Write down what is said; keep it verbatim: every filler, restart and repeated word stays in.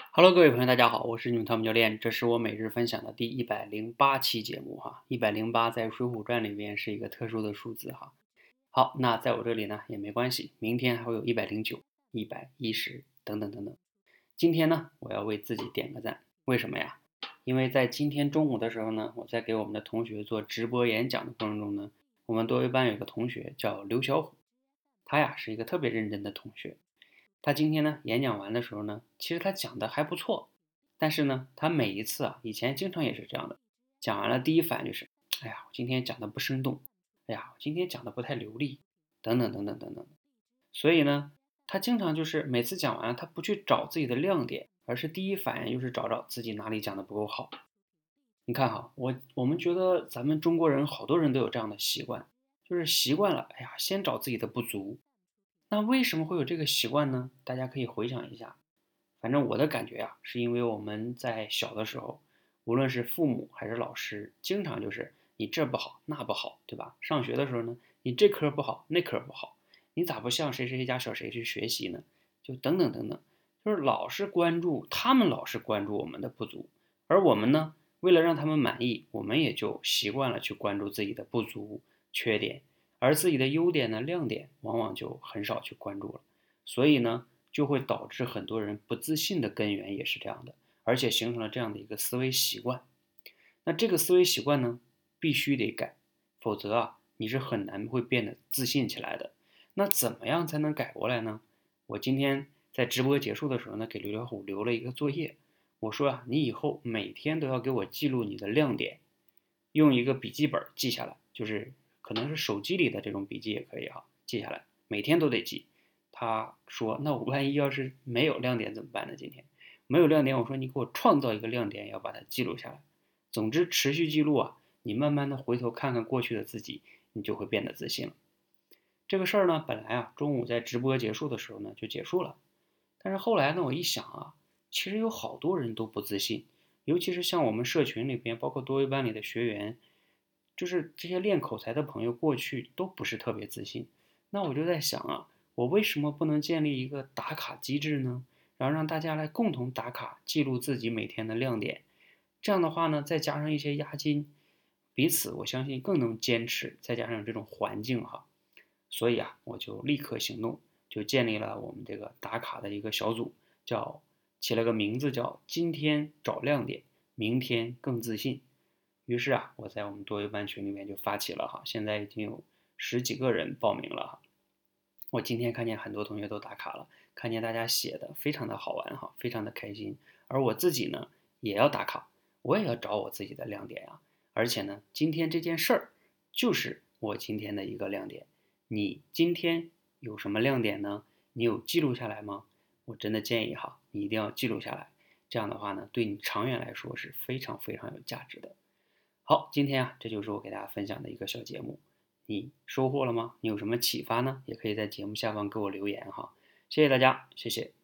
Hello，各位朋友，大家好，我是你们汤姆教练，这是我每日分享的第一百零八期节目哈。一百零八在《水浒传》里面是一个特殊的数字哈。好，那在我这里呢也没关系，明天还会有一百零九、一百一十等等等等。今天呢，我要为自己点个赞，为什么呀？因为在今天中午的时候呢，我在给我们的同学做直播演讲的过程中呢，我们多维班有个同学叫刘小虎，他呀是一个特别认真的同学。他今天呢演讲完的时候呢，其实他讲的还不错，但是呢，他每一次啊，以前经常也是这样的，讲完了第一反应就是，哎呀，我今天讲的不生动，哎呀，我今天讲的不太流利，等等等等等等。所以呢，他经常就是每次讲完，他不去找自己的亮点，而是第一反应就是找找自己哪里讲的不够好。你看哈，我我们觉得咱们中国人好多人都有这样的习惯，就是习惯了，哎呀，先找自己的不足。那为什么会有这个习惯呢？大家可以回想一下。反正我的感觉啊，是因为我们在小的时候，无论是父母还是老师，经常就是你这不好那不好，对吧？上学的时候呢，你这科不好那科不好，你咋不向谁谁家小谁去学习呢？就等等等等，就是老是关注他们，老是关注我们的不足，而我们呢，为了让他们满意，我们也就习惯了去关注自己的不足、缺点，而自己的优点呢、亮点，往往就很少去关注了。所以呢，就会导致很多人不自信的根源也是这样的，而且形成了这样的一个思维习惯。那这个思维习惯呢，必须得改，否则啊，你是很难会变得自信起来的。那怎么样才能改过来呢？我今天在直播结束的时候呢，给刘小虎留了一个作业，我说啊，你以后每天都要给我记录你的亮点，用一个笔记本记下来，就是可能是手机里的这种笔记也可以哈，记下来，每天都得记。他说：“那我万一要是没有亮点怎么办呢？今天没有亮点，我说你给我创造一个亮点，要把它记录下来。总之，持续记录啊，你慢慢的回头看看过去的自己，你就会变得自信了。这个事儿呢，本来啊，中午在直播结束的时候呢就结束了，但是后来呢，我一想啊，其实有好多人都不自信，尤其是像我们社群里边，包括多维班里的学员，就是这些练口才的朋友，过去都不是特别自信。那我就在想啊。”我为什么不能建立一个打卡机制呢？然后让大家来共同打卡，记录自己每天的亮点。这样的话呢，再加上一些押金，彼此我相信更能坚持。再加上这种环境哈，所以啊，我就立刻行动，就建立了我们这个打卡的一个小组，叫起了个名字叫“今天找亮点，明天更自信”。于是啊，我在我们多维班群里面就发起了哈，现在已经有十几个人报名了哈。我今天看见很多同学都打卡了，看见大家写的非常的好玩哈，非常的开心。而我自己呢，也要打卡，我也要找我自己的亮点啊。而且呢，今天这件事儿就是我今天的一个亮点。你今天有什么亮点呢？你有记录下来吗？我真的建议哈，你一定要记录下来。这样的话呢，对你长远来说是非常非常有价值的。好，今天啊，这就是我给大家分享的一个小节目。你收获了吗？你有什么启发呢？也可以在节目下方给我留言哈，谢谢大家，谢谢。